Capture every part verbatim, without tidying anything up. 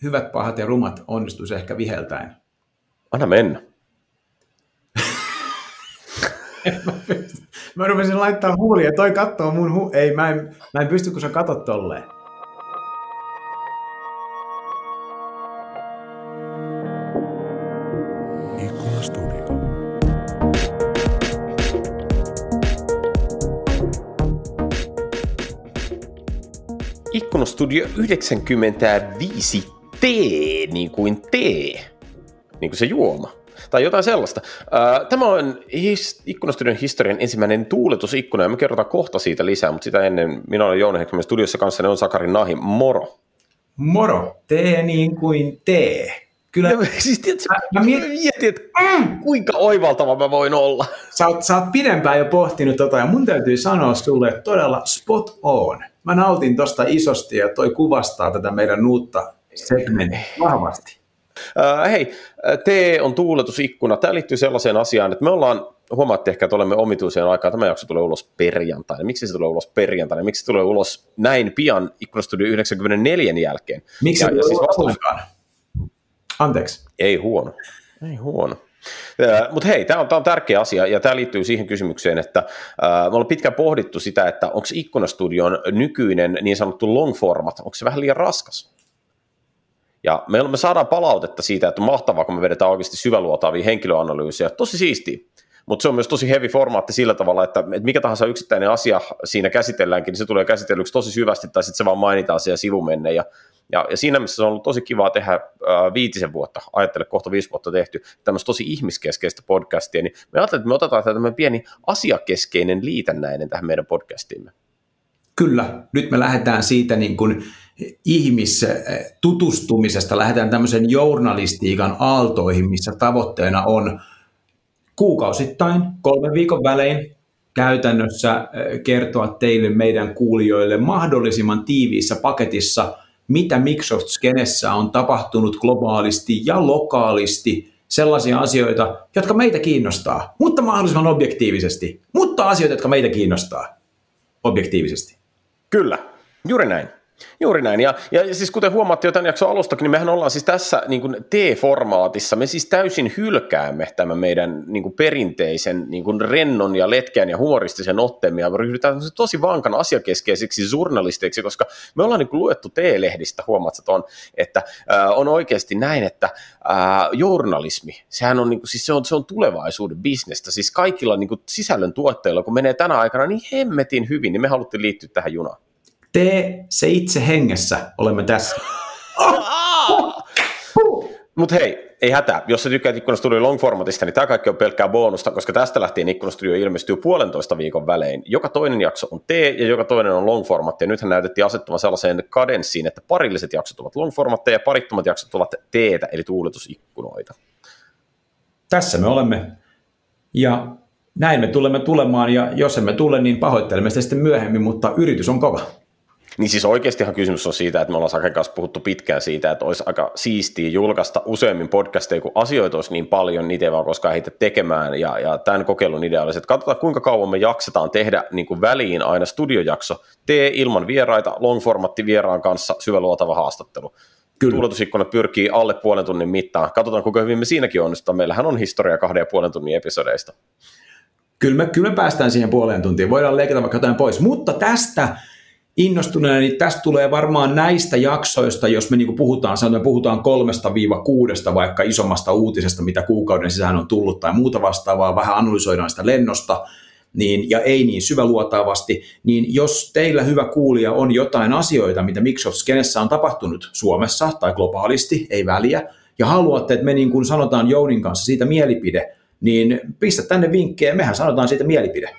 hyvät, pahat ja rumat onnistuisi ehkä viheltäen. Anna mennä. Mä rupesin laittaa huulia, toi kattoo mun hu... Ei, mä en, mä en pysty, kun sä katot tolleen. Ikkunastudio. Ikkunastudio yhdeksänkymmentäviisi T, niin kuin tee, niin kuin se juoma. Tai jotain sellaista. Tämä on his, Ikkunastudion historian ensimmäinen tuuletusikkuna, ja me kerrotaan kohta siitä lisää, mutta sitä ennen minä olen Joona Heikkinen studiossa kanssa, ne on Sakari Nahi. Moro. Moro. Tee niin kuin tee. Kyllä. Ja, siis tiedätkö, mä, mä mietin, mietin, että mm, kuinka oivaltava mä voin olla. Sä oot, sä oot pidempään jo pohtinut tota, ja mun täytyy sanoa sulle todella spot on. Mä nautin tosta isosti, ja toi kuvastaa tätä meidän uutta segmenttiä vahvasti. Uh, hei, tee on tuuletusikkuna. Tämä liittyy sellaiseen asiaan, että me ollaan, huomaatte ehkä, että olemme omituiseen aikaan. Tämä jakso tulee ulos perjantaina. Miksi se tulee ulos perjantaina? Miksi se tulee ulos näin pian Ikkunastudio yhdeksänkymmentäneljä jälkeen? Miksi ja, se ja siis vastaus... Anteeksi. Ei huono. Ei huono. Uh, Mutta hei, tämä on, on tärkeä asia, ja tämä liittyy siihen kysymykseen, että uh, me ollaan pitkään pohdittu sitä, että onko Ikkunastudion nykyinen niin sanottu long format, onko se vähän liian raskas? Ja me, me saadaan palautetta siitä, että on mahtavaa, kun me vedetään oikeasti syväluotaavia henkilöanalyysejä. Tosi siistiä, mutta se on myös tosi heavy formaatti sillä tavalla, että mikä tahansa yksittäinen asia siinä käsitelläänkin, niin se tulee käsitellyksi tosi syvästi, tai sitten se vaan mainitaan siellä sivumenne. Ja, ja, ja siinä missä se on ollut tosi kivaa tehdä ää, viitisen vuotta, ajattele kohta viisi vuotta tehty, tämmöistä tosi ihmiskeskeistä podcastia, niin me ajattelemme, että me otetaan tämmöinen pieni asiakeskeinen liitännäinen tähän meidän podcastiimme. Kyllä, nyt me lähdetään siitä niin kuin ihmistutustumisesta, lähdetään tämmöisen journalistiikan aaltoihin, missä tavoitteena on kuukausittain, kolmen viikon välein käytännössä kertoa teille meidän kuulijoille mahdollisimman tiiviissä paketissa, mitä Microsoft-skenessä on tapahtunut globaalisti ja lokaalisti, sellaisia asioita, jotka meitä kiinnostaa, mutta mahdollisimman objektiivisesti, mutta asioita, jotka meitä kiinnostaa objektiivisesti. Kyllä, juuri näin. Juuri näin, ja, ja siis kuten huomaatte jo tämän jakson alustakin, niin mehän ollaan siis tässä niin kuin T-formaatissa, me siis täysin hylkäämme tämän meidän niin kuin perinteisen niin kuin rennon ja letkeän ja humoristisen otteemme, ja ryhdytään tosi vankan asiakeskeiseksi journalisteiksi, koska me ollaan niin kuin luettu T-lehdistä, huomaat on, että äh, on oikeasti näin, että äh, journalismi, sehän on, niin kuin, siis se on, se on tulevaisuuden bisnestä, siis kaikilla niin kuin sisällön tuotteilla, kun menee tänä aikana niin hemmetin hyvin, niin me haluttiin liittyä tähän junaan. Tee se itse hengessä, olemme tässä. Mutta hei, ei hätää. Jos sä tykkäät Ikkunastudio long-formatista, niin tämä kaikki on pelkkää bonusta, koska tästä lähtien Ikkunastudio ilmestyy puolentoista viikon välein. Joka toinen jakso on T ja joka toinen on long-format. Ja nythän näytettiin asettuvan sellaiseen kadenssiin, että parilliset jaksot ovat long-formatteja ja parittomat jaksot ovat T:tä, eli tuuletusikkunoita. Tässä me olemme. Ja näin me tulemme tulemaan, ja jos emme tule, niin pahoittelemme sitä sitten myöhemmin, mutta yritys on kova. Niin siis oikeastihan kysymys on siitä, että me ollaan Saken kanssa puhuttu pitkään siitä, että olisi aika siistiä julkaista useammin podcasteja, kun asioita olisi niin paljon, niitä ei vaan koskaan heitä tekemään, ja, ja tämän kokeilun idea olisi, että katsotaan kuinka kauan me jaksetaan tehdä niin kuin väliin aina studiojakso, tee ilman vieraita, long-formatti vieraan kanssa, syväluotava haastattelu. Kyllä. Tuuletusikkunat pyrkii alle puolen tunnin mittaan, katsotaan kuinka hyvin me siinäkin onnistutaan, meillähän on historia kahden ja puolen tunnin episodeista. Kyllä me, kyllä me päästään siihen puoleen tuntiin, voidaan leikata vaikka jotain pois, mutta tästä innostuneena, niin tästä tulee varmaan näistä jaksoista, jos me niinku puhutaan, sanotaan, me puhutaan kolmesta viiva kuudesta vaikka isommasta uutisesta, mitä kuukauden sisään on tullut tai muuta vastaavaa, vähän analysoidaan sitä lennosta, niin, ja ei niin syväluotaavasti, niin jos teillä hyvä kuulija on jotain asioita, mitä Microsoft-skenessä on tapahtunut Suomessa tai globaalisti, ei väliä, ja haluatte, että me niin kuin sanotaan Jounin kanssa siitä mielipide, niin pistä tänne vinkkejä, mehän sanotaan siitä mielipide.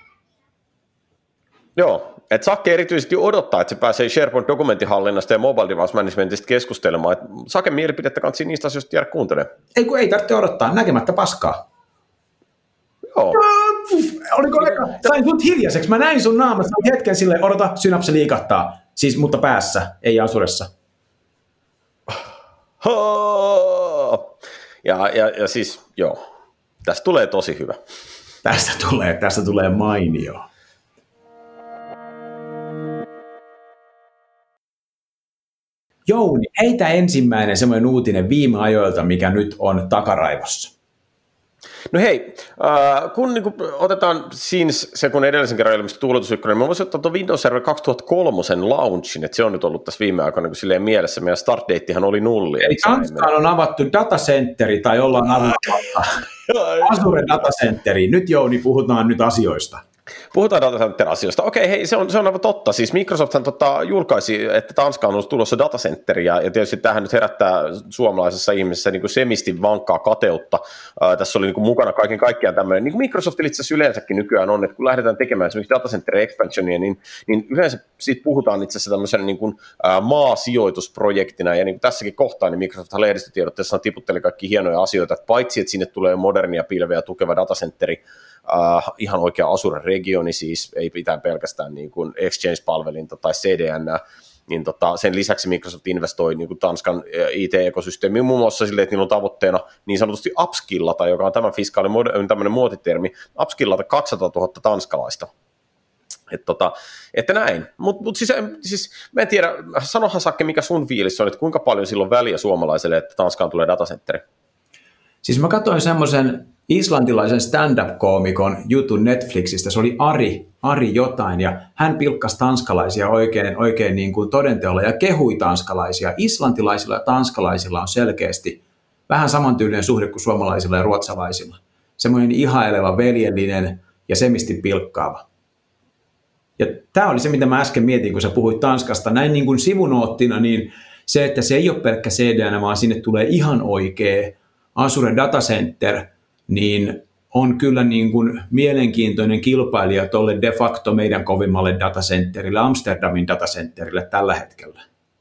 Joo. Että Sakke erityisesti odottaa, että se pääsee SharePoint-dokumenttihallinnasta ja mobile device managementista keskustelemaan. Että Saken mielipidettä kannattaa niistä asioista jäädä kuuntelemaan. Ei kun ei tarvitse odottaa, näkemättä paskaa. Joo. Oliko aika? Sain sut hiljaiseksi, mä näin sun naamassa hetken silleen, odota, synapse liikahtaa. Siis, mutta päässä, ei asuressa. Ja, ja, ja siis, joo, tästä tulee tosi hyvä. Tästä tulee, tästä tulee mainio. Jouni, heitä ensimmäinen semmoinen uutinen viime ajoilta, mikä nyt on takaraivossa. No hei, äh, kun niin kun otetaan siinä se, kun edellisen kerran ilmestyi Tuuletus yksi, niin mä voisin ottaa tuon Windows Server kaksituhattakolme launchin, että se on nyt ollut tässä viime aikoina niin silleen mielessä. Meidän start datehan oli nulli. Eli Tanskaan on avattu datacenteri, tai ollaan avata Azure datacenteri. Nyt Jouni, puhutaan nyt asioista. Puhutaan datacenter-asioista. Okei, hei, se on, se on aivan totta. Siis Microsofthan tota, julkaisi, että Tanskaan on tulossa datacenteri, ja, ja tietysti tämähän nyt herättää suomalaisessa ihmisessä niin kuin semisti vankkaa kateutta. Ää, tässä oli niin kuin mukana kaiken kaikkiaan tämmöinen, niin kuin Microsoftilla itse asiassa yleensäkin nykyään on, että kun lähdetään tekemään esimerkiksi datacenter expansionia, niin, niin yleensä siitä puhutaan itse asiassa tämmöisenä niin kuin, ää, maasijoitusprojektina, ja niin kuin tässäkin kohtaa, niin Microsofthan lehdistötiedotteessa tiputteli kaikki hienoja asioita, että paitsi, että sinne tulee modernia pilveä tukeva datacenteri, Uh, ihan oikea Azure-regioni, siis ei pitää pelkästään niin kuin Exchange-palvelinta tai C D N, niin tota, sen lisäksi Microsoft investoi niin kuin Tanskan I T-ekosysteemiin muun muassa silleen, että niillä on tavoitteena niin sanotusti upskillata, joka on tämä fiskaali tämmöinen muotitermi, upskillata kaksisataatuhatta tanskalaista. Että, tota, että näin, mutta mut siis, siis mä en tiedä, sanohan Sakke, mikä sun fiilis on, että kuinka paljon silloin väliä suomalaiselle, että Tanskaan tulee datacenteri? Siis mä katsoin semmoisen islantilaisen stand-up-koomikon jutun Netflixistä, se oli Ari, Ari jotain, ja hän pilkkasi tanskalaisia oikein, oikein niin kuin todenteolla ja kehui tanskalaisia. Islantilaisilla ja tanskalaisilla on selkeästi vähän samantyylinen suhde kuin suomalaisilla ja ruotsalaisilla. Semmoinen ihaileva, veljellinen ja semisti pilkkaava. Ja tämä oli se, mitä mä äsken mietin, kun sä puhuit Tanskasta. Näin niin kuin sivunoottina, niin se, että se ei ole pelkkä C D N, vaan sinne tulee ihan oikea Azure Data Center, niin on kyllä niin kuin mielenkiintoinen kilpailija tuolle de facto meidän kovimmalle datacenterille, Amsterdamin datacenterille tällä hetkellä.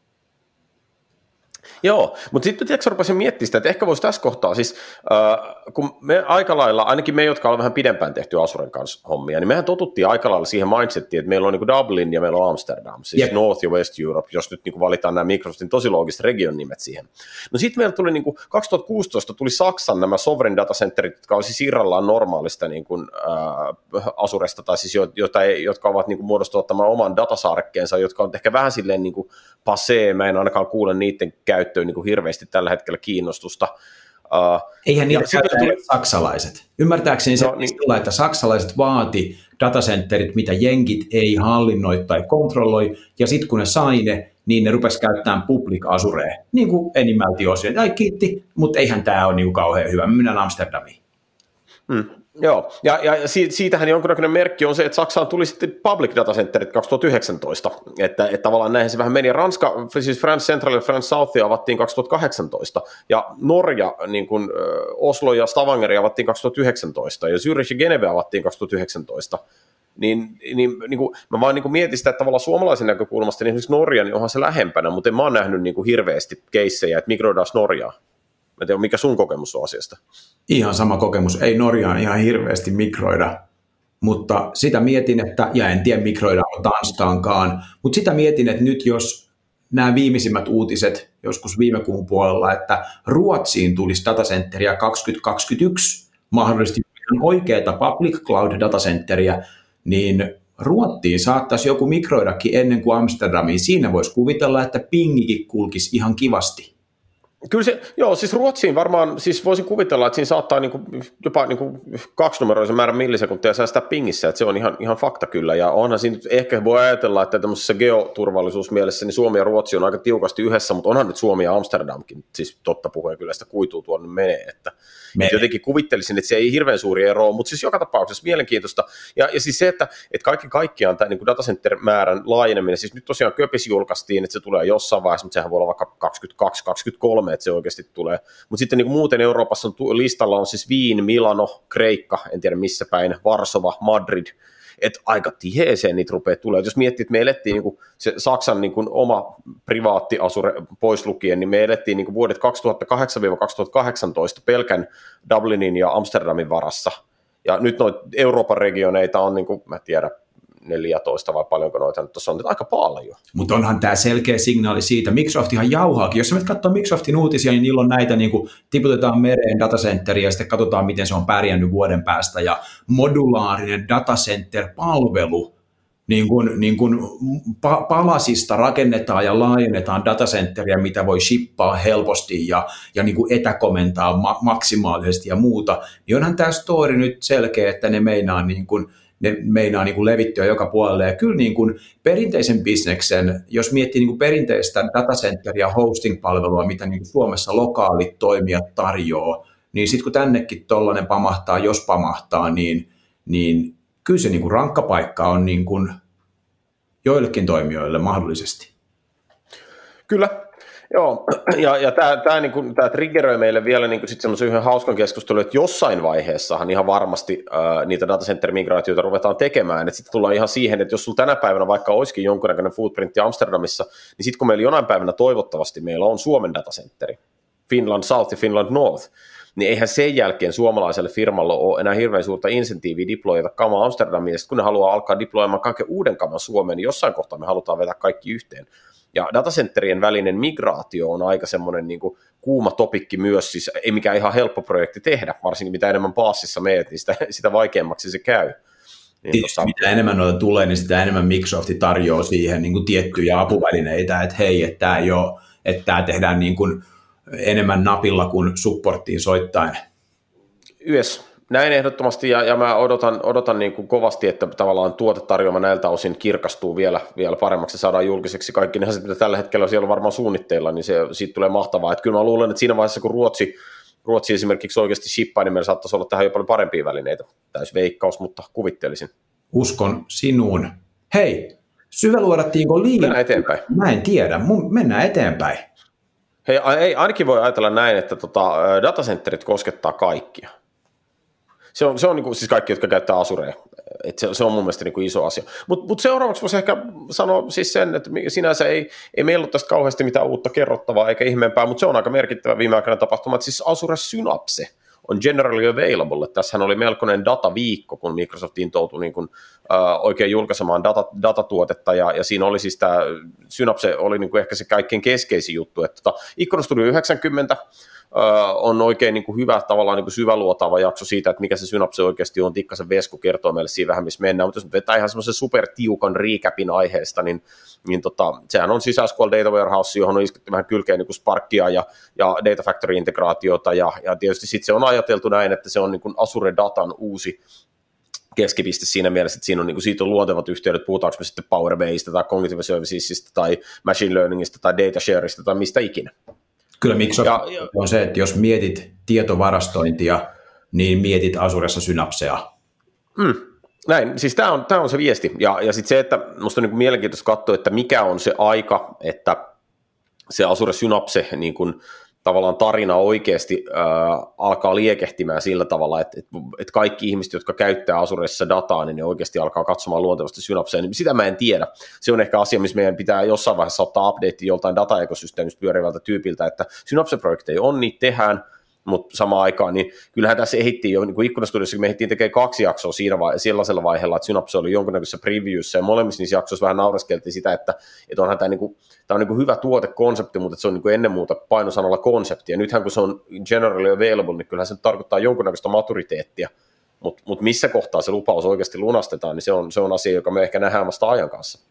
Joo, mutta sitten tiedätkö, rupesin miettimään sitä, että ehkä voisi tässä kohtaa, siis äh, kun me aika lailla, ainakin me, jotka ollaan vähän pidempään tehty Azuren kanssa hommia, niin mehän totuttiin aika lailla siihen mindsettiin, että meillä on niin kuin Dublin ja meillä on Amsterdam, siis yep. North ja West Europe, jos nyt niin kuin valitaan nämä Microsoftin tosi loogiset region nimet siihen. No sitten meillä tuli niin kuin kaksituhattakuusitoista tuli Saksan nämä sovereign datacenterit, jotka oli siis irrallaan normaalista niin kuin, äh, Azuresta, tai siis jota ei, jotka ovat niin kuin muodostuvat tämän oman datasaarekkeensa, jotka on ehkä vähän silleen niin kuin passé, mä en ainakaan kuule niiden käyttöön niin kuin hirveästi tällä hetkellä kiinnostusta. Uh, Eihän niitä käytä tuli saksalaiset. Ymmärtääkseni se, no, niin, tulee, että saksalaiset vaati datacenterit, mitä jenkit ei hallinnoi tai kontrolloi, ja sitten kun ne sai ne, niin ne rupesi käyttämään public Azurea, niin kuin enimmälti osin. Ai kiitti, mutta eihän tämä ole niin kauhean hyvä. Me mennään Amsterdamiin. Hmm. Joo, ja, ja siitähän jonkunnäköinen merkki on se, että Saksaan tuli sitten public datacenterit kaksituhattayhdeksäntoista, että, että tavallaan näihin se vähän meni. Ranska, siis France Central ja France South avattiin kaksituhattakahdeksantoista, ja Norja, niin kuin Oslo ja Stavanger avattiin kaksituhattayhdeksäntoista, ja Zürich ja Geneve avattiin kaksituhattayhdeksäntoista. Niin, niin, niin kuin, mä vaan niin kuin mietin sitä, että tavallaan suomalaisen näkökulmasta, niin esimerkiksi Norja, niin onhan se lähempänä, mutta en mä oon nähnyt niin kuin hirveästi keissejä, että migroidaan Norjaa. Mä tiedän, mikä sun kokemus on asiasta? Ihan sama kokemus. Ei Norjaan ihan hirveästi mikroida, mutta sitä mietin, että, ja en tiedä mikroidaanko Tanskaankaan, mutta sitä mietin, että nyt jos nämä viimeisimmät uutiset joskus viime kuun puolella, että Ruotsiin tulisi datacenteria kaksituhattakaksikymmentäyksi, mahdollisesti oikeaa public cloud datacenteria, niin Ruottiin saattaisi joku mikroidakin ennen kuin Amsterdamiin. Siinä voisi kuvitella, että pingikin kulkisi ihan kivasti. Kyllä se, joo, siis Ruotsiin varmaan, siis voisin kuvitella, että siinä saattaa niinku, jopa niinku kaksinumeroisen määrän millisekuntia säästää pingissä, että se on ihan, ihan fakta kyllä, ja onhan siinä ehkä voi ajatella, että tämmöisessä geoturvallisuusmielessä niin Suomi ja Ruotsi on aika tiukasti yhdessä, mutta onhan nyt Suomi ja Amsterdamkin, siis totta puheen kyllä sitä kuituu tuonne menee, että Me. jotenkin kuvittelisin, että se ei hirveän suuri ero ole, mutta siis joka tapauksessa mielenkiintoista, ja, ja siis se, että, että kaikki kaikkiaan tämä niin datacenter-määrän laajeneminen, siis nyt tosiaan Köpis julkaistiin, että se tulee jossain vaiheessa, mutta sehän voi olla vaikka kaksikymmentäkaksi kaksikymmentäkolme, että se oikeasti tulee. Mutta sitten niin kuin muuten Euroopassa on, listalla on siis Wien, Milano, Kreikka, en tiedä missä päin, Varsova, Madrid, että aika tiheeseen niitä rupeaa tulee. Et jos miettii, että me elettiin niin kuin se Saksan niin kuin oma privaatti Azure pois lukien, niin me elettiin niin kuin vuodet kaksituhattakahdeksan kaksituhattakahdeksantoista pelkän Dublinin ja Amsterdamin varassa. Ja nyt noita Euroopan regioneita on, niin kuin, mä tiedän, neljätoista vai paljonko noita nyt on, aika paljon. Mutta onhan tämä selkeä signaali siitä, Microsoft ihan jauhaakin. Jos sä nyt katsoo Microsoftin uutisia, niin niillä on näitä, niin kuin tiputetaan mereen datacenteria ja sitten katsotaan, miten se on pärjännyt vuoden päästä. Ja modulaarinen datacenter-palvelu, niin kuin, niin kuin pa- palasista rakennetaan ja laajennetaan datacenteriä, mitä voi shippaa helposti ja, ja niin kuin etäkomentaa ma- maksimaalisesti ja muuta, niin onhan tämä story nyt selkeä, että ne meinaa, niin kuin, ne meinaa niin kuin levittyä joka puolelle. Ja kyllä niin kuin perinteisen bisneksen, jos miettii niin kuin perinteistä datacenteria ja hosting-palvelua, mitä niin kuin Suomessa lokaalit toimijat tarjoaa, niin sitten kun tännekin tollainen pamahtaa, jos pamahtaa, niin, niin kyllä se niin kuin rankkapaikka on niin kuin joillekin toimijoille mahdollisesti. Kyllä, joo, ja, ja tämä niinku, triggeröi meille vielä niinku sit semmoisen yhden hauskan keskustelun, että jossain vaiheessahan ihan varmasti ää, niitä datacenter-migraatioita ruvetaan tekemään, että sitten tullaan ihan siihen, että jos sulla tänä päivänä vaikka olisikin jonkunnäköinen footprintti Amsterdamissa, niin sitten kun meillä jonain päivänä toivottavasti meillä on Suomen datacenteri, Finland South ja Finland North, niin eihän sen jälkeen suomalaiselle firmalle ole enää hirveän suurta insentiiviä deployata kamaa Amsterdamiin, ja sitten kun ne haluaa alkaa deployamaan kaiken uuden kaman Suomeen, niin jossain kohtaa me halutaan vetää kaikki yhteen. Ja datacenterien välinen migraatio on aika semmoinen niin kuin kuuma topikki myös, siis ei mikään ihan helppo projekti tehdä, varsinkin mitä enemmän paassissa meet, niin sitä, sitä vaikeammaksi se käy. Niin, tota... Mitä enemmän noita tulee, niin sitä enemmän Microsoft tarjoaa siihen niin kuin tiettyjä apuvälineitä, että hei, että tämä, ei ole, että tämä tehdään niin kuin enemmän napilla kuin supporttiin soittain. Yes, näin ehdottomasti, ja, ja mä odotan, odotan niin kuin kovasti, että tavallaan tuotetarjoama näiltä osin kirkastuu vielä, vielä paremmaksi, saadaan julkiseksi kaikki ne asiat, mitä tällä hetkellä siellä on varmaan suunnitteilla, niin se, siitä tulee mahtavaa. Että kyllä mä luulen, että siinä vaiheessa, kun Ruotsi, Ruotsi esimerkiksi oikeasti shippaa, niin meillä saattaisi olla tähän jo paljon parempia välineitä. Täys veikkaus, mutta kuvittelisin. Uskon sinuun. Hei, syväluodattiinko liian? Mennään eteenpäin. Mä en tiedä, mennään eteenpäin. Hei, ei, ainakin voi ajatella näin, että tota, datacenterit koskettaa kaikkia. Se on, se on niin kuin, siis kaikki, jotka käyttää Azurea. Et se, se on mun mielestä niin kuin iso asia. Mutta mut seuraavaksi voisi ehkä sanoa siis sen, että sinänsä ei, ei meillä ole tästä kauheasti mitään uutta kerrottavaa eikä ihmeempää, mutta se on aika merkittävä viime aikoina tapahtuma, että siis Azure Synapse on generally available. Tässähän oli melkoinen dataviikko, kun Microsoft intoutui niin kuin, äh, oikein julkaisemaan data, datatuotetta, ja, ja siinä oli siis tämä Synapse oli niin kuin ehkä se kaikkein keskeisin juttu, että tota, Icon Studio yhdeksänkymmentä on oikein niin kuin hyvä tavallaan niin kuin syväluotaava jakso siitä, että mikä se Synapse oikeasti on. Tikkasen Vesku kertoo meille siinä vähän, missä mennään, mutta jos vetää ihan semmoisen supertiukan recapin aiheesta, niin, niin tota, sehän on siis S Q L Data Warehouse, johon on isketty vähän kylkeen niin kuin Sparkia ja, ja Data Factory-integraatiota, ja, ja tietysti sitten se on ajateltu näin, että se on niin kuin Azure Datan uusi keskipiste siinä mielessä, että siinä on, niin kuin, siitä on luontevat yhteydet, puhutaanko me sitten Power B I:stä tai Cognitive Servicesista tai Machine Learningista tai Data Shareista tai mistä ikinä. Kyllä Microsoft ja, on se, että jos mietit tietovarastointia, niin mietit Azuressa Synapsea. Mm, näin, siis tämä on, on se viesti. Ja, ja sitten se, että minusta on niin mielenkiintoista katsoa, että mikä on se aika, että se Azure Synapse niin kuin, tavallaan tarina oikeasti äh, alkaa liekehtimään sillä tavalla, että, että, että kaikki ihmiset, jotka käyttää Azuressa dataa, niin ne oikeasti alkaa katsomaan luontevasti Synapseen. Niin sitä mä en tiedä. Se on ehkä asia, missä meidän pitää jossain vaiheessa ottaa update joltain dataekosysteemistä pyörivältä tyypiltä, että Synapse-projekteja on, niitä tehdään, mutta samaan aikaan, niin kyllähän tässä ehittiin jo, niin kuin Ikkunastudiossa, me ehittiin tekemään kaksi jaksoa siinä vai- sellaisella vaiheella, että Synapse oli jonkunnäköisessä previewssä, ja molemmissa niissä jaksoissa vähän naureskeltiin sitä, että, että onhan tämä, niin kuin, tämä on niin kuin hyvä tuotekonsepti, mutta se on niin kuin ennen muuta painosanalla konsepti, ja nythän kun se on generally available, niin kyllähän se tarkoittaa jonkunnäköistä maturiteettia, mutta mut missä kohtaa se lupaus oikeasti lunastetaan, niin se on, se on asia, joka me ehkä nähdään vasta ajan kanssa.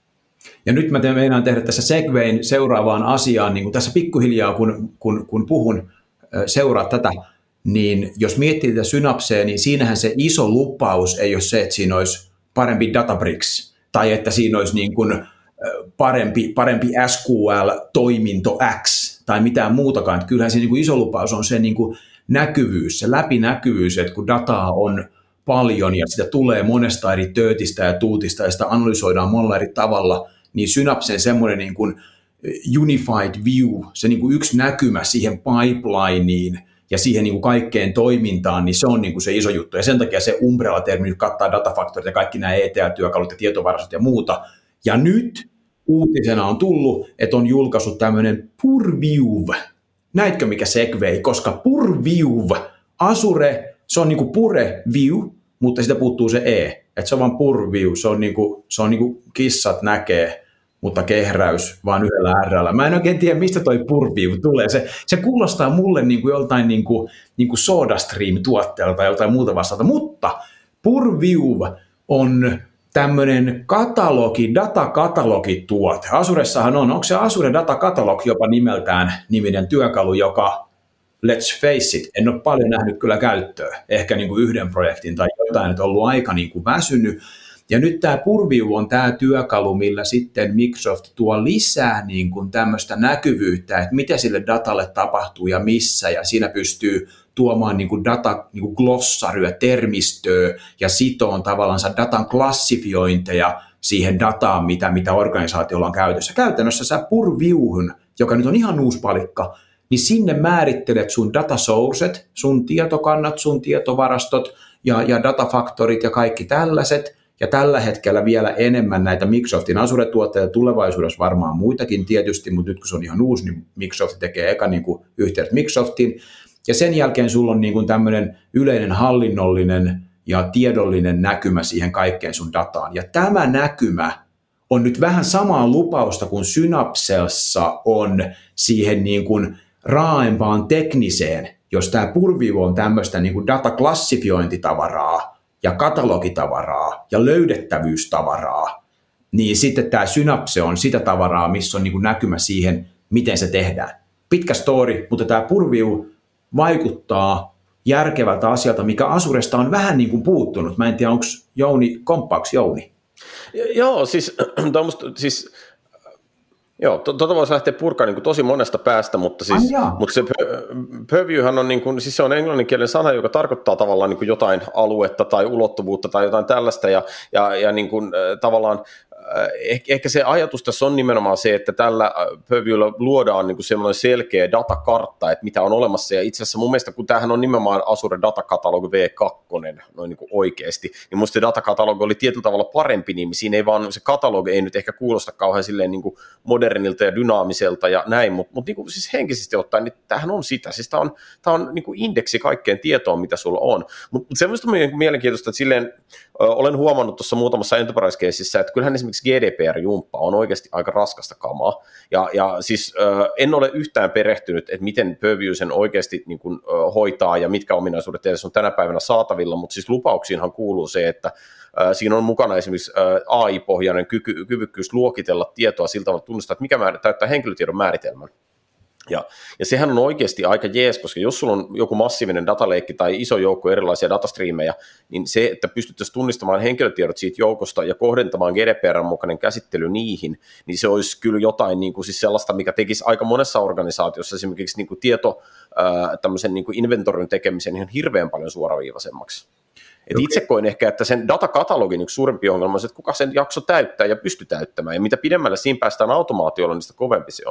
Ja nyt mä meinaan tehdä tässä segwayn seuraavaan asiaan, niin kuin tässä pikkuhiljaa, kun, kun, kun puhun, seuraa tätä, niin jos miettii tätä Synapsea, niin siinähän se iso lupaus ei ole se, että siinä olisi parempi Databricks, tai että siinä olisi niin kuin parempi, parempi S Q L-toiminto X, tai mitään muutakaan. Että kyllähän se niin kuin iso lupaus on se niin kuin näkyvyys, se läpinäkyvyys, että kun dataa on paljon, ja sitä tulee monesta eri töötistä ja tuutista, ja sitä analysoidaan monella eri tavalla, niin Synapsen semmoinen niin kuin unified view, se niin kuin yksi näkymä siihen pipelineen ja siihen niin kuin kaikkeen toimintaan, niin se on niin kuin se iso juttu. Ja sen takia se umbrella-termi nyt kattaa datafaktorit ja kaikki nämä E T L-työkalut ja tietovarastot ja muuta. Ja nyt uutisena on tullut, että on julkaissut tämmöinen Purview. Näitkö mikä segway? Koska Purview, Azure, se on niin kuin Pure View, mutta sitä puuttuu se E. Että se on vaan Purview, se on niin kuin, se on niin kuin kissat näkee, mutta kehräys vaan yhdellä R:llä. Mä en oikein tiedä, mistä toi Purview tulee. Se, se kuulostaa mulle niin kuin joltain niin kuin, niin kuin SodaStream-tuotteelta tai joltain muuta vastaalta, mutta Purview on tämmöinen katalogi, datakatalogituote. Azuressahan on, onko se Azure Datakatalog jopa nimeltään niminen työkalu, joka, let's face it, en ole paljon nähnyt kyllä käyttöä, ehkä niin kuin yhden projektin tai jotain, että on ollut aika niin kuin väsynyt. Ja nyt tämä Purview on tämä työkalu, millä sitten Microsoft tuo lisää niin kuin tämmöistä näkyvyyttä, että mitä sille datalle tapahtuu ja missä, ja siinä pystyy tuomaan niin kuin data, niin kuin glossaryä, termistöä ja sitoon tavallaan datan klassifiointeja siihen dataan, mitä, mitä organisaatiolla on käytössä. Käytännössä sä Purviewhun, joka nyt on ihan uusi palikka, niin sinne määrittelet sun data sourcet, sun tietokannat, sun tietovarastot ja, ja datafaktorit ja kaikki tällaiset, ja tällä hetkellä vielä enemmän näitä Microsoftin Azure-tuotteita, tulevaisuudessa varmaan muitakin tietysti, mutta nyt kun se on ihan uusi, niin Microsoft tekee eka niin kuin yhteydet Microsoftiin, ja sen jälkeen sulla on niin kuin tämmöinen yleinen hallinnollinen ja tiedollinen näkymä siihen kaikkeen sun dataan, ja tämä näkymä on nyt vähän samaa lupausta kuin Synapsessa on siihen niin kuin raaempaan tekniseen, jos tämä Purview on tämmöistä niin kuin dataklassifiointitavaraa, ja katalogitavaraa ja löydettävyystavaraa, niin sitten tämä Synapse on sitä tavaraa, missä on niin kuin näkymä siihen, miten se tehdään. Pitkä story, mutta tämä Purview vaikuttaa järkevältä asialta, mikä Azuresta on vähän niin kuin puuttunut. Mä en tiedä, onko Jouni, komppaaks Jouni? Joo, siis, musta, siis Joo, to, tota voisi lähteä purkaan niin tosi monesta päästä, mutta, siis, mutta se purviewhan on, niin kuin, siis se on englanninkielinen sana, joka tarkoittaa tavallaan niin kuin jotain aluetta tai ulottuvuutta tai jotain tällaista, ja, ja, ja niin kuin, tavallaan ehkä se ajatus tässä on nimenomaan se, että tällä Purviewlla luodaan niin kuin semmoinen selkeä datakartta, että mitä on olemassa, ja itse asiassa mun mielestä, kun tämähän on nimenomaan Azure Datakatalog V kaksi, noin niin kuin oikeasti, niin musta se Datakatalog oli tietyllä tavalla parempi nimi, siinä ei vaan, se katalog ei nyt ehkä kuulosta kauhean silleen niin kuin modernilta ja dynaamiselta ja näin, mutta mut niin kuin siis henkisesti ottaen, niin tämähän on sitä, siis tämä on, tämä on niin kuin indeksi kaikkeen tietoon, mitä sulla on, mutta mut semmoista on mielenkiintoista, että silleen, ö, olen huomannut tuossa muutamassa enterprise-keisissä, että kyllähän esimerkiksi G D P R-jumppa on oikeasti aika raskasta kamaa, ja, ja siis ö, en ole yhtään perehtynyt, että miten Purview sen oikeasti niin kuin, ö, hoitaa ja mitkä ominaisuudet edes on tänä päivänä saatavilla, mutta siis lupauksiinhan kuuluu se, että ö, siinä on mukana esimerkiksi ö, A I-pohjainen kyky, kyvykkyys luokitella tietoa siltä tavalla tunnistaa, että mikä määr, täyttää henkilötiedon määritelmän. Ja, ja sehän on oikeasti aika jees, koska jos sulla on joku massiivinen dataleikki tai iso joukko erilaisia datastriimejä, niin se, että pystyttäisiin tunnistamaan henkilötiedot siitä joukosta ja kohdentamaan G D P R:n mukainen käsittely niihin, niin se olisi kyllä jotain niin kuin siis sellaista, mikä tekisi aika monessa organisaatiossa esimerkiksi niin kuin tieto, ää, tämmöisen niin kuin inventorin tekemisen ihan hirveän paljon suoraviivaisemmaksi. Et itse koen ehkä, että sen datakatalogin yksi suurempi ongelma on se, että kuka sen jakso täyttää ja pystyy täyttämään, ja mitä pidemmälle siinä päästään automaatiolla, niin sitä kovempi se on.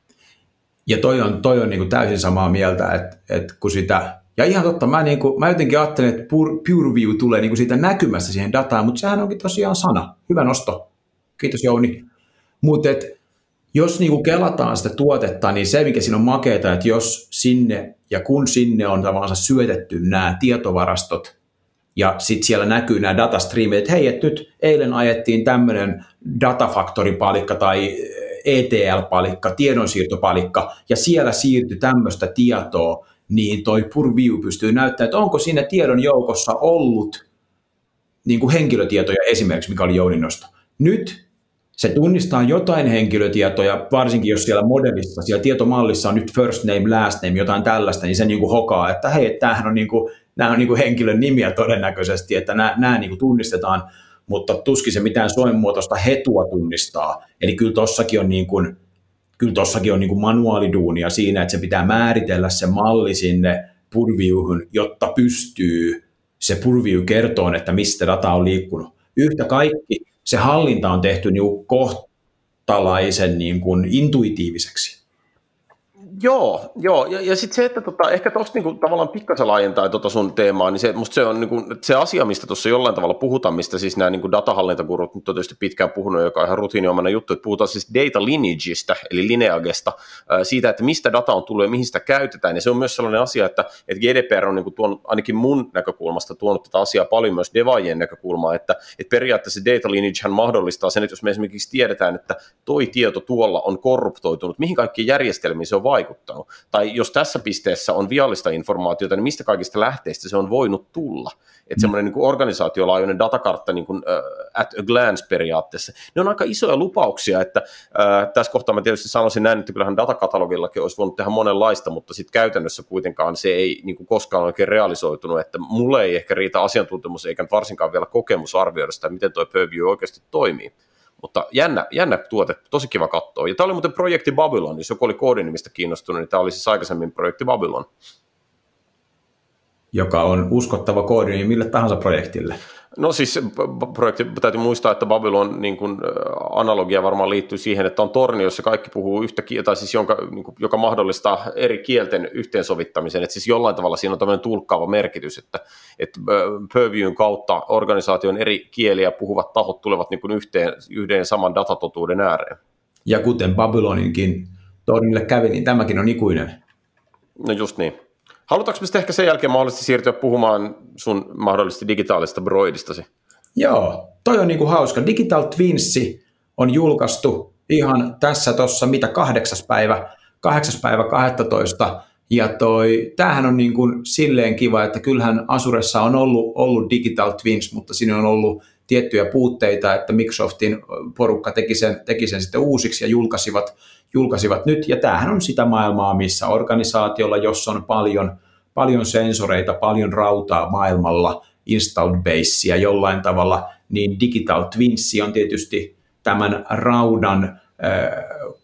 Ja toi on, toi on niin kuin täysin samaa mieltä, että, että kun sitä, ja ihan totta, mä, niin kuin, mä jotenkin ajattelen, että Purview tulee niin kuin siitä näkymästä siihen dataan, mutta sehän onkin tosiaan sana. Hyvä nosto. Kiitos Jouni. Mutta jos niin kuin kelataan sitä tuotetta, niin se, mikä siinä on makeata, että jos sinne ja kun sinne on tavallaan syötetty nämä tietovarastot, ja sitten siellä näkyy nämä datastreamit, että hei, että nyt eilen ajettiin tämmöinen datafaktoripalikka tai E T L-palikka, tiedonsiirtopalikka, ja siellä siirtyi tämmöistä tietoa, niin toi Purview pystyy näyttämään, että onko siinä tiedon joukossa ollut niin kuin henkilötietoja esimerkiksi, mikä oli Jounin nosto. Nyt se tunnistaa jotain henkilötietoja, varsinkin jos siellä modellissa, siellä tietomallissa on nyt first name, last name, jotain tällaista, niin se niin kuin hokaa, että hei, tämähän on, niin kuin, nämä on niin kuin henkilön nimiä todennäköisesti, että nämä, nämä niin kuin tunnistetaan, mutta tuskin se mitään suomenmuotoista hetua tunnistaa. Eli kyllä tossakin on, niin kuin, kyllä tossakin on niin kuin manuaaliduunia siinä, että se pitää määritellä se malli sinne Purviewhun, jotta pystyy se Purview kertoon, että mistä data on liikkunut. Yhtä kaikki se hallinta on tehty niin kohtalaisen niin kuin intuitiiviseksi. Joo, joo. ja, ja sitten se, että tota, ehkä tuosta niinku, tavallaan pikkasen laajentaa tota sun teemaa, niin se, musta se on niinku, se asia, mistä tuossa jollain tavalla puhutaan, mistä siis nämä niinku, datahallintakurut nyt on tietysti pitkään puhunut, joka on ihan rutiiniomainen juttu, että puhutaan siis data lineageista, eli lineagesta, siitä, että mistä data on tullut ja mihin sitä käytetään, ja se on myös sellainen asia, että, että G D P R on niinku, tuonut, ainakin mun näkökulmasta tuonut tätä asiaa paljon myös devaajien näkökulmaa, että, että periaatteessa data lineagehän mahdollistaa sen, että jos me esimerkiksi tiedetään, että toi tieto tuolla on korruptoitunut, mihin kaikkiin järjestelmiin se on vaikuttanut, vaikuttanut? Tai jos tässä pisteessä on viallista informaatiota, niin mistä kaikista lähteistä se on voinut tulla? Että mm. semmoinen niin kuin organisaatiolaajuinen datakartta niin kuin, uh, at a glance periaatteessa, ne on aika isoja lupauksia, että uh, tässä kohtaa mä tietysti sanoisin näin, että kyllähän datakatalogillakin olisi voinut tehdä monenlaista, mutta sitten käytännössä kuitenkaan se ei niin kuin koskaan oikein realisoitunut, että mulle ei ehkä riitä asiantuntemus eikä varsinkaan vielä kokemus arvioida sitä, miten tuo Purview oikeasti toimii. Mutta jännä, jännä tuote, tosi kiva katsoa. Ja tämä oli muuten projekti Babylon, jos joku oli koodinimistä kiinnostunut, niin tämä oli siis aikaisemmin projekti Babylon. Joka on uskottava koodinimi mille tahansa projektille. No siis projekti, täytyy muistaa, että Babylon niin kuin, analogia varmaan liittyy siihen, että on torni, jossa kaikki puhuu yhtä kieltä, tai siis jonka, niin kuin, joka mahdollistaa eri kielten yhteensovittamisen, että siis jollain tavalla siinä on tämmöinen tulkkaava merkitys, että, että Purviewn kautta organisaation eri kieliä puhuvat tahot tulevat niin kuin yhteen, yhden saman datatotuuden ääreen. Ja kuten Babyloninkin tornille kävi, niin tämäkin on ikuinen. No just niin. Halutaanko me sitten ehkä sen jälkeen mahdollisesti siirtyä puhumaan sun mahdollisesti digitaalista broidistasi? Joo, toi on niinku hauska. Digital Twinsi on julkaistu ihan tässä tuossa, mitä kahdeksas päivä, kahdeksas päivä kaksitoista, ja toi, tämähän on niinku silleen kiva, että kyllähän Azuressa on ollut, ollut Digital Twins, mutta siinä on ollut tiettyjä puutteita, että Microsoftin porukka teki sen, teki sen sitten uusiksi ja julkaisivat, julkaisivat nyt, ja tämähän on sitä maailmaa, missä organisaatiolla, jossa on paljon, paljon sensoreita, paljon rautaa maailmalla, installed basea jollain tavalla, niin Digital Twins on tietysti tämän raudan äh,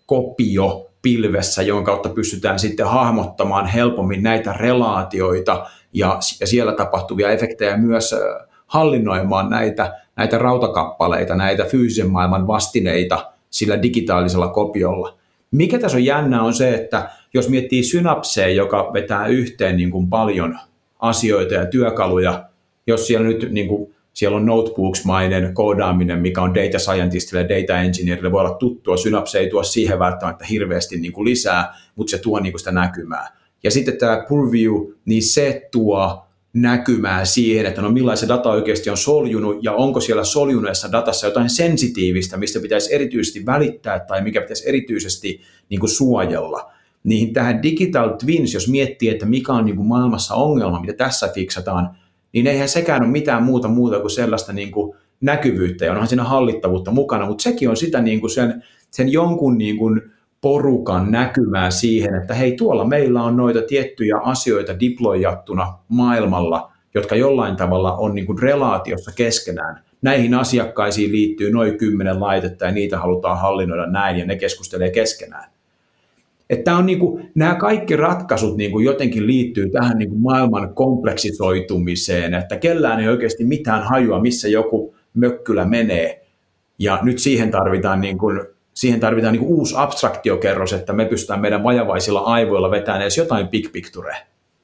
kopio pilvessä, jonka kautta pystytään sitten hahmottamaan helpommin näitä relaatioita ja, ja siellä tapahtuvia efektejä myös äh, hallinnoimaan näitä, näitä rautakappaleita, näitä fyysisen maailman vastineita sillä digitaalisella kopiolla. Mikä tässä on jännä on se, että jos miettii Synapsea, joka vetää yhteen niin kuin paljon asioita ja työkaluja, jos siellä nyt niin kuin, siellä on notebooks-mainen koodaaminen, mikä on data scientistille ja data engineerille, voi olla tuttua. Synapse ei tuo siihen välttämättä hirveästi niin kuin lisää, mutta se tuo niin kuin sitä näkymää. Ja sitten tämä Purview, niin se tuo näkymää siihen, että no millainen data oikeasti on soljunut ja onko siellä soljuneessa datassa jotain sensitiivistä, mistä pitäisi erityisesti välittää tai mikä pitäisi erityisesti niin kuin suojella. Niin tähän Digital Twins, jos miettii, että mikä on niin kuin maailmassa ongelma, mitä tässä fiksataan, niin eihän sekään ole mitään muuta muuta kuin sellaista niin kuin näkyvyyttä ja onhan siinä hallittavuutta mukana, mutta sekin on sitä niin kuin sen, sen jonkun niin kuin porukan näkymää siihen, että hei, tuolla meillä on noita tiettyjä asioita deployattuna maailmalla, jotka jollain tavalla on niin kuin relaatiossa keskenään. Näihin asiakkaisiin liittyy noin kymmenen laitetta ja niitä halutaan hallinnoida näin ja ne keskustelee keskenään. Että on niin kuin, nämä kaikki ratkaisut niin kuin jotenkin liittyy tähän niin kuin maailman kompleksisoitumiseen, että kellään ei oikeasti mitään hajua, missä joku mökkylä menee. Ja nyt siihen tarvitaan, niin kuin, siihen tarvitaan niin kuin uusi abstraktiokerros, että me pystytään meidän vajavaisilla aivoilla vetämään edes jotain big picturea.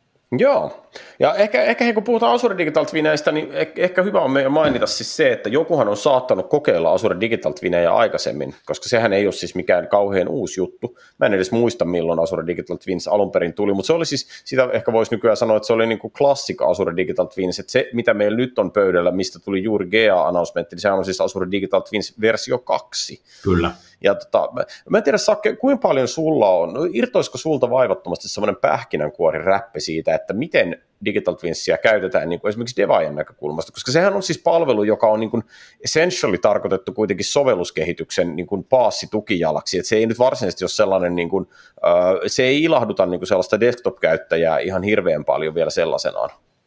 Joo, ja ehkä, ehkä kun puhutaan Azure Digital Twineistä, niin ehkä hyvä on meidän mainita siis se, että jokuhan on saattanut kokeilla Azure Digital Twinejä aikaisemmin, koska sehän ei ole siis mikään kauhean uusi juttu. Mä en edes muista, milloin Azure Digital Twins alun perin tuli, mutta se oli siis, sitä ehkä voisi nykyään sanoa, että se oli niin kuin klassika Azure Digital Twins, että se, mitä meillä nyt on pöydällä, mistä tuli juuri G A-announcementti, niin se on siis Azure Digital Twins versio kaksi. Kyllä. Ja tota, mä en tiedä, Sakke, kuinka paljon sulla on, irtoisiko sulta vaivattomasti semmoinen pähkinänkuori räppi siitä, että miten Digital Twinsia käytetään niin kuin esimerkiksi devaajan näkökulmasta, koska sehän on siis palvelu, joka on niin kuin essentially tarkoitettu kuitenkin sovelluskehityksen niin kuin paassitukijalaksi, että se ei nyt varsinaisesti ole sellainen, niin kuin, äh, se ei ilahduta niin kuin sellaista desktop-käyttäjää ihan hirveän paljon vielä sellaisenaan.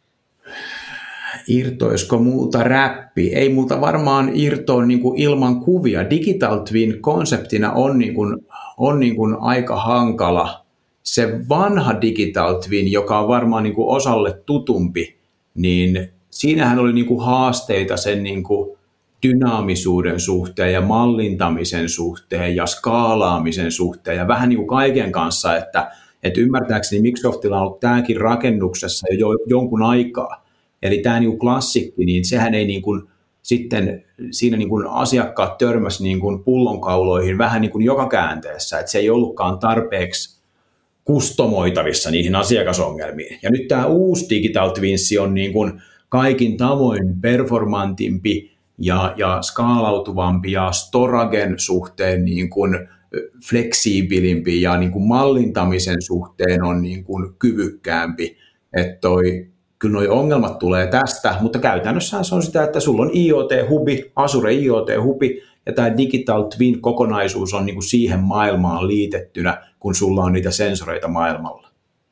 Irtoisiko multa räppi? Ei multa varmaan irtoa niin kuin ilman kuvia. Digital Twin konseptina on, niin kuin, on niin kuin aika hankala. Se vanha Digital Twin, joka on varmaan niin kuin osalle tutumpi, niin siinähän oli niin kuin haasteita sen niin kuin dynaamisuuden suhteen ja mallintamisen suhteen ja skaalaamisen suhteen ja vähän niin kuin kaiken kanssa, että, että ymmärtääkseni Microsoftilla on ollut tämäkin rakennuksessa jo jonkun aikaa. Eli tämä niin kuin klassikki, niin sehän ei niin kuin, sitten siinä niin kuin asiakkaat törmäsi niin kuin pullonkauloihin vähän niin kuin joka käänteessä, että se ei ollutkaan tarpeeksi kustomoitavissa niihin asiakasongelmiin. Ja nyt tämä uusi Digital Twins on niin kuin kaikin tavoin performantimpi ja, ja skaalautuvampi ja storagen suhteen niin kuin fleksiibilimpi ja niin kuin mallintamisen suhteen on niin kuin kyvykkäämpi. Että toi, kyllä nuo ongelmat tulee tästä, mutta käytännössä se on sitä, että sulla on IoT-hubi, Azure IoT-hubi, ja tämä Digital Twin-kokonaisuus on niin kuin siihen maailmaan liitettynä, kun sulla on niitä sensoreita maailmalla.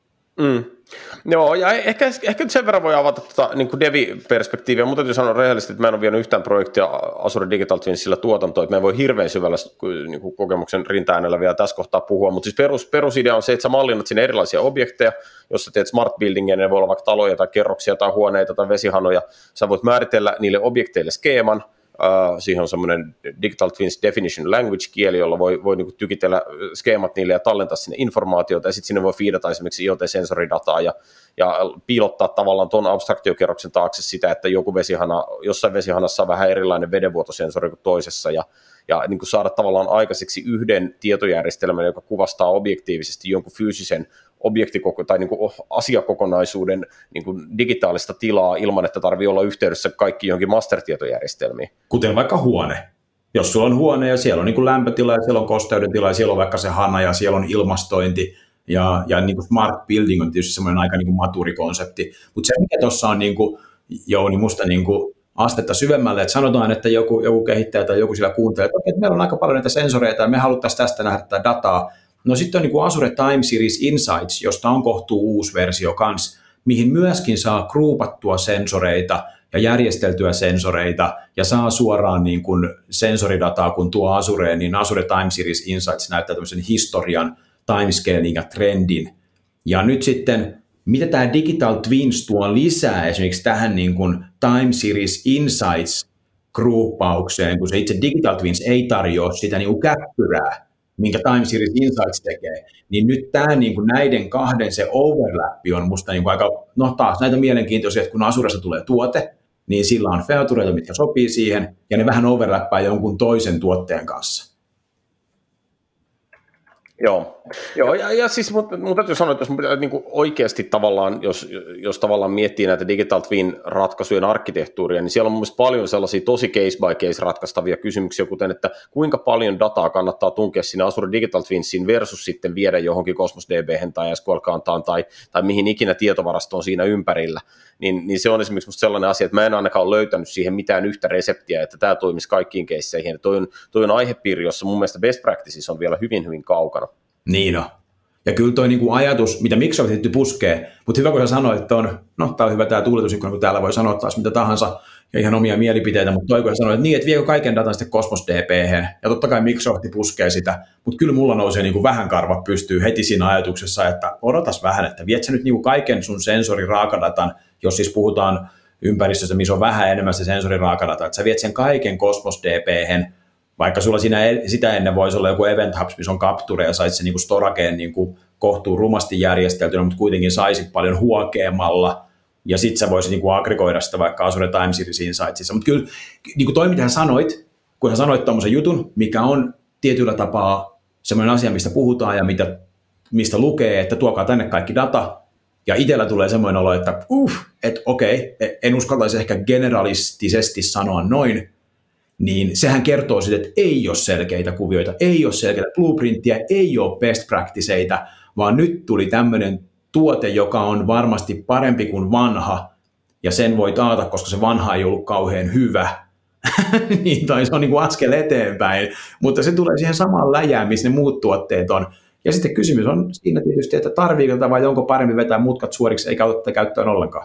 Mm. Joo, ja ehkä, ehkä sen verran voi avata tuota, niin kuin Devi-perspektiiviä, mutta täytyy sanoa rehellisesti, että mä en ole vienyt yhtään projektia Azure Digital Twinsillä tuotantoon, että mä en voi hirveän syvällä niin kuin kokemuksen rinta-äänellä vielä tässä kohtaa puhua, mutta siis perus, perusidea on se, että sä mallinnat sinne erilaisia objekteja, jos sä teet smart buildingia, ne voi olla vaikka taloja tai kerroksia tai huoneita tai vesihanoja, sä voit määritellä niille objekteille skeeman. Uh, siihen on semmoinen Digital Twins Definition Language-kieli, jolla voi, voi niinku tykitellä skeemat niille ja tallentaa sinne informaatiota, ja sitten sinne voi feedata esimerkiksi IoT-sensoridataa ja, ja piilottaa tavallaan tuon abstraktiokerroksen taakse sitä, että joku vesihana, jossain vesihanassa on vähän erilainen vedenvuotosensori kuin toisessa, ja, ja niin kuin saada tavallaan aikaiseksi yhden tietojärjestelmän, joka kuvastaa objektiivisesti jonkun fyysisen objektikoko- tai niin kuin asiakokonaisuuden niin kuin digitaalista tilaa ilman, että tarvitsee olla yhteydessä kaikki johonkin master-tietojärjestelmiin. Kuten vaikka huone. Jos sulla on huone ja siellä on niin kuin lämpötila ja siellä on kosteudentila ja siellä on vaikka se hana ja siellä on ilmastointi ja, ja niin kuin smart building on tietysti semmoinen aika niin kuin maturi konsepti. Mutta se, mikä tuossa on niin kuin, joo, niin musta niin kuin astetta syvemmälle, että sanotaan, että joku, joku kehittäjä tai joku siellä kuuntelee, että, että meillä on aika paljon näitä sensoreita ja me haluttaisiin tästä nähdä tätä dataa. No sitten on niin kuin Azure Time Series Insights, josta on kohtuu uusi versio kanssa, mihin myöskin saa groupattua sensoreita ja järjesteltyä sensoreita ja saa suoraan niin kuin sensoridataa, kun tuo Azureen, niin Azure Time Series Insights näyttää tämmöisen historian, timescaling ja trendin. Ja nyt sitten, mitä tämä Digital Twins tuo lisää esimerkiksi tähän niin kuin Time Series Insights groupaukseen, kun se itse Digital Twins ei tarjoa sitä niin kuin käppyrää, minkä Time Series Insights tekee, niin nyt tämä niin kuin näiden kahden se overlap on musta niin kuin aika, no taas näitä mielenkiintoisia, että kun Azuressa tulee tuote, niin sillä on featureita, mitkä sopii siihen, ja ne vähän overlappaa jonkun toisen tuotteen kanssa. Joo, Joo ja, ja siis mun, mun täytyy sanoa, että jos mun, niin kuin oikeasti tavallaan, jos, jos tavallaan miettii näitä Digital Twin-ratkaisujen arkkitehtuuria, niin siellä on mun mielestä paljon sellaisia tosi case-by-case ratkaistavia kysymyksiä, kuten että kuinka paljon dataa kannattaa tunkea sinne Azure Digital Twinsiin versus sitten viedä johonkin Cosmos D B:hen tai S Q L-kantaan tai, tai mihin ikinä tietovarastoon siinä ympärillä, niin, niin se on esimerkiksi musta sellainen asia, että mä en ainakaan ole löytänyt siihen mitään yhtä reseptiä, että tämä toimisi kaikkiin keisseihin. Toi on, toi on aihepiiri, jossa mun mielestä best practices on vielä hyvin, hyvin kaukana. Niin on. Ja kyllä toi niinku ajatus, mitä Microsoft tietty puskee, mutta hyvä kun sä sanoit, että on, no tää on hyvä tää tuuletusikkuna, kun täällä voi sanoa taas mitä tahansa ja ihan omia mielipiteitä, mutta toi kun sä sanoit, että niin, että viekö kaiken datan sitten Cosmos D B:hen, ja totta kai Microsoft puskee sitä, mutta kyllä mulla nousee niinku vähän karva pystyy heti siinä ajatuksessa, että odotas vähän, että viet sä nyt niinku kaiken sun sensoriraakadatan, jos siis puhutaan ympäristöstä, missä on vähän enemmän se sensoriraakadata, että sä viet sen kaiken Cosmos D B:hen, vaikka sulla siinä sitä ennen voisi olla joku Event Hubs, missä on Capture ja sait se niin Storageen niin kohtuun rumasti järjesteltynä, mutta kuitenkin saisit paljon huokeamalla ja sitten sä voisit niin aggregoida sitä vaikka Azure Time Series Insightsissa. Mutta kyllä niin kuin toi, mitä sä sanoit, kun sä sanoit tommosen jutun, mikä on tietyllä tapaa semmoinen asia, mistä puhutaan ja mitä, mistä lukee, että tuokaa tänne kaikki data, ja itsellä tulee semmoinen olo, että uff, että okei, en uskaltaisi ehkä generalistisesti sanoa noin, niin sehän kertoo siitä, että ei ole selkeitä kuvioita, ei ole selkeitä blueprinttiä, ei ole best practiceita, vaan nyt tuli tämmöinen tuote, joka on varmasti parempi kuin vanha, ja sen voi taata, koska se vanha ei ollut kauhean hyvä, niin tai se on niin kuin askel eteenpäin, mutta se tulee siihen samaan läjään, missä ne muut tuotteet on. Ja sitten kysymys on siinä tietysti, että tarviiko tätä vai onko parempi vetää mutkat suoriksi eikä ottaa käyttöön ollenkaan.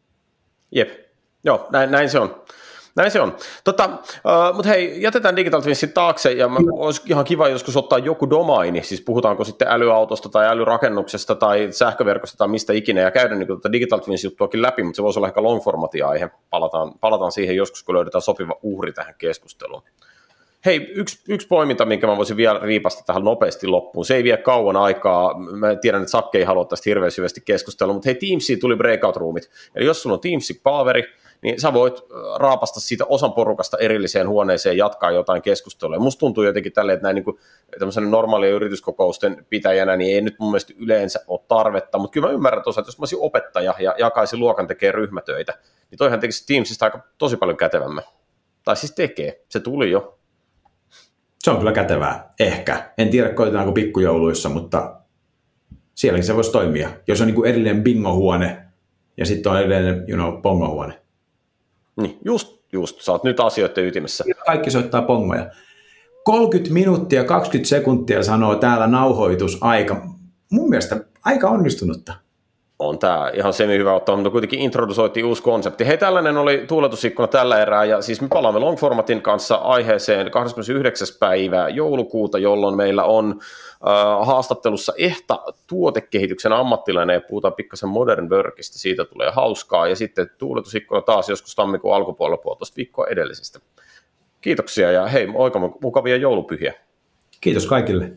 Jep, joo, näin, näin se on. Näin se on. Tota, uh, mutta hei, jätetään Digital Twinsin taakse, ja mä, olisi ihan kiva joskus ottaa joku domaini, siis puhutaanko sitten älyautosta tai älyrakennuksesta tai sähköverkosta tai mistä ikinä, ja käydä niin tuota Digital Twins-juttuakin läpi, mutta se voisi olla ehkä long format-aihe. Palataan, palataan siihen joskus, kun löydetään sopiva uhri tähän keskusteluun. Hei, yksi, yksi poiminta, minkä mä voisin vielä riipasta tähän nopeasti loppuun. Se ei vie kauan aikaa. Mä tiedän, että Sakke ei halua tästä hirveän syvästi keskustella, mutta hei, Teamsiin tuli breakout-roomit. Eli jos sulla on Teamsin-palveri, niin sä voit raapasta siitä osan porukasta erilliseen huoneeseen jatkaa jotain keskustelua. Musta tuntuu jotenkin tälleen, että näin niin kuin tämmöisen normaalien yrityskokousten pitäjänä, niin ei nyt mun mielestä yleensä ole tarvetta, mutta kyllä mä ymmärrän tuossa, että jos mä olisin opettaja ja jakaisin luokan tekee ryhmätöitä, niin toihan tekisi Teamsista aika tosi paljon kätevämmän. Tai siis tekee, se tuli jo. Se on kyllä kätevää, ehkä. En tiedä, koitetaanko pikkujouluissa, mutta sielläkin se voisi toimia. Jos on niin kuin erillinen bingohuone ja sitten on erillinen you know, pongohuone. Niin, just, just. Sä oot nyt asioiden ytimessä. Kaikki soittaa pongoja. kolmekymmentä minuuttia, kaksikymmentä sekuntia sanoo täällä nauhoitusaika. Mun mielestä aika onnistunutta. On tää ihan semi hyvä ottaa, mutta kuitenkin introdusoitiin uusi konsepti. Hei, tällainen oli tuuletusikkuna tällä erää, ja siis me palaamme Longformatin kanssa aiheeseen kahdeskymmenesyhdeksäs päivä joulukuuta, jolloin meillä on äh, haastattelussa Ehta tuotekehityksen ammattilainen, ja puhutaan pikkasen Modern Workista, siitä tulee hauskaa, ja sitten tuuletusikkuna taas joskus tammikuun alkupuolella puolitoista viikkoa edellisestä. Kiitoksia, ja hei, oikein mukavia joulupyhiä. Kiitos kaikille.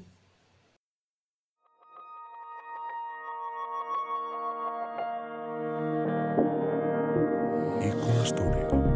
Studio.